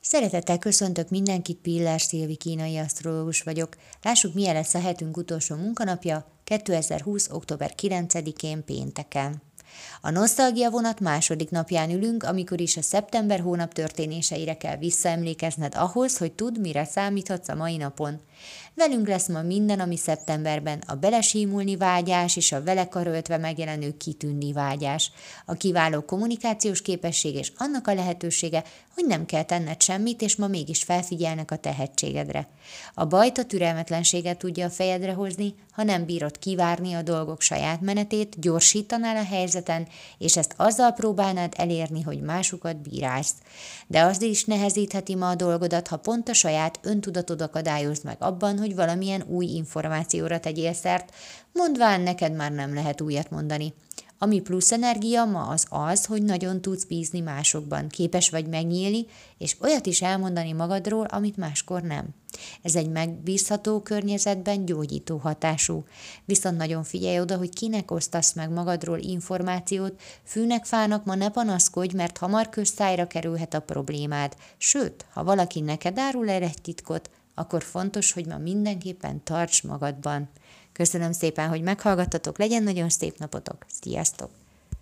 Szeretettel köszöntök mindenkit, Pillás Szilvi kínai asztrológus vagyok. Lássuk, milyen lesz a hetünk utolsó munkanapja, 2020. október 9-én pénteken. A nosztalgia vonat második napján ülünk, amikor is a szeptember hónap történéseire kell visszaemlékezned ahhoz, hogy tudd, mire számíthatsz a mai napon. Velünk lesz ma minden, ami szeptemberben, a belesímulni vágyás és a vele karöltve megjelenő kitűnni vágyás, a kiváló kommunikációs képesség és annak a lehetősége, hogy nem kell tenned semmit, és ma mégis felfigyelnek a tehetségedre. A bajt a türelmetlenséget tudja a fejedre hozni, ha nem bírod kivárni a dolgok saját menetét, gyorsítanál a helyzeten, és ezt azzal próbálnád elérni, hogy másokat bírálsz. De az is nehezítheti ma a dolgodat, ha pont a saját öntudatod akadályozd meg abban, hogy valamilyen új információra tegyél szert, mondván neked már nem lehet újat mondani. Ami plusz energia ma az, hogy nagyon tudsz bízni másokban, képes vagy megnyílni, és olyat is elmondani magadról, amit máskor nem. Ez egy megbízható környezetben gyógyító hatású. Viszont nagyon figyelj oda, hogy kinek osztasz meg magadról információt, fűnek fának ma ne panaszkodj, mert hamar közszájra kerülhet a problémád. Sőt, ha valaki neked árul el egy titkot, akkor fontos, hogy ma mindenképpen tarts magadban. Köszönöm szépen, hogy meghallgattatok, legyen nagyon szép napotok. Sziasztok!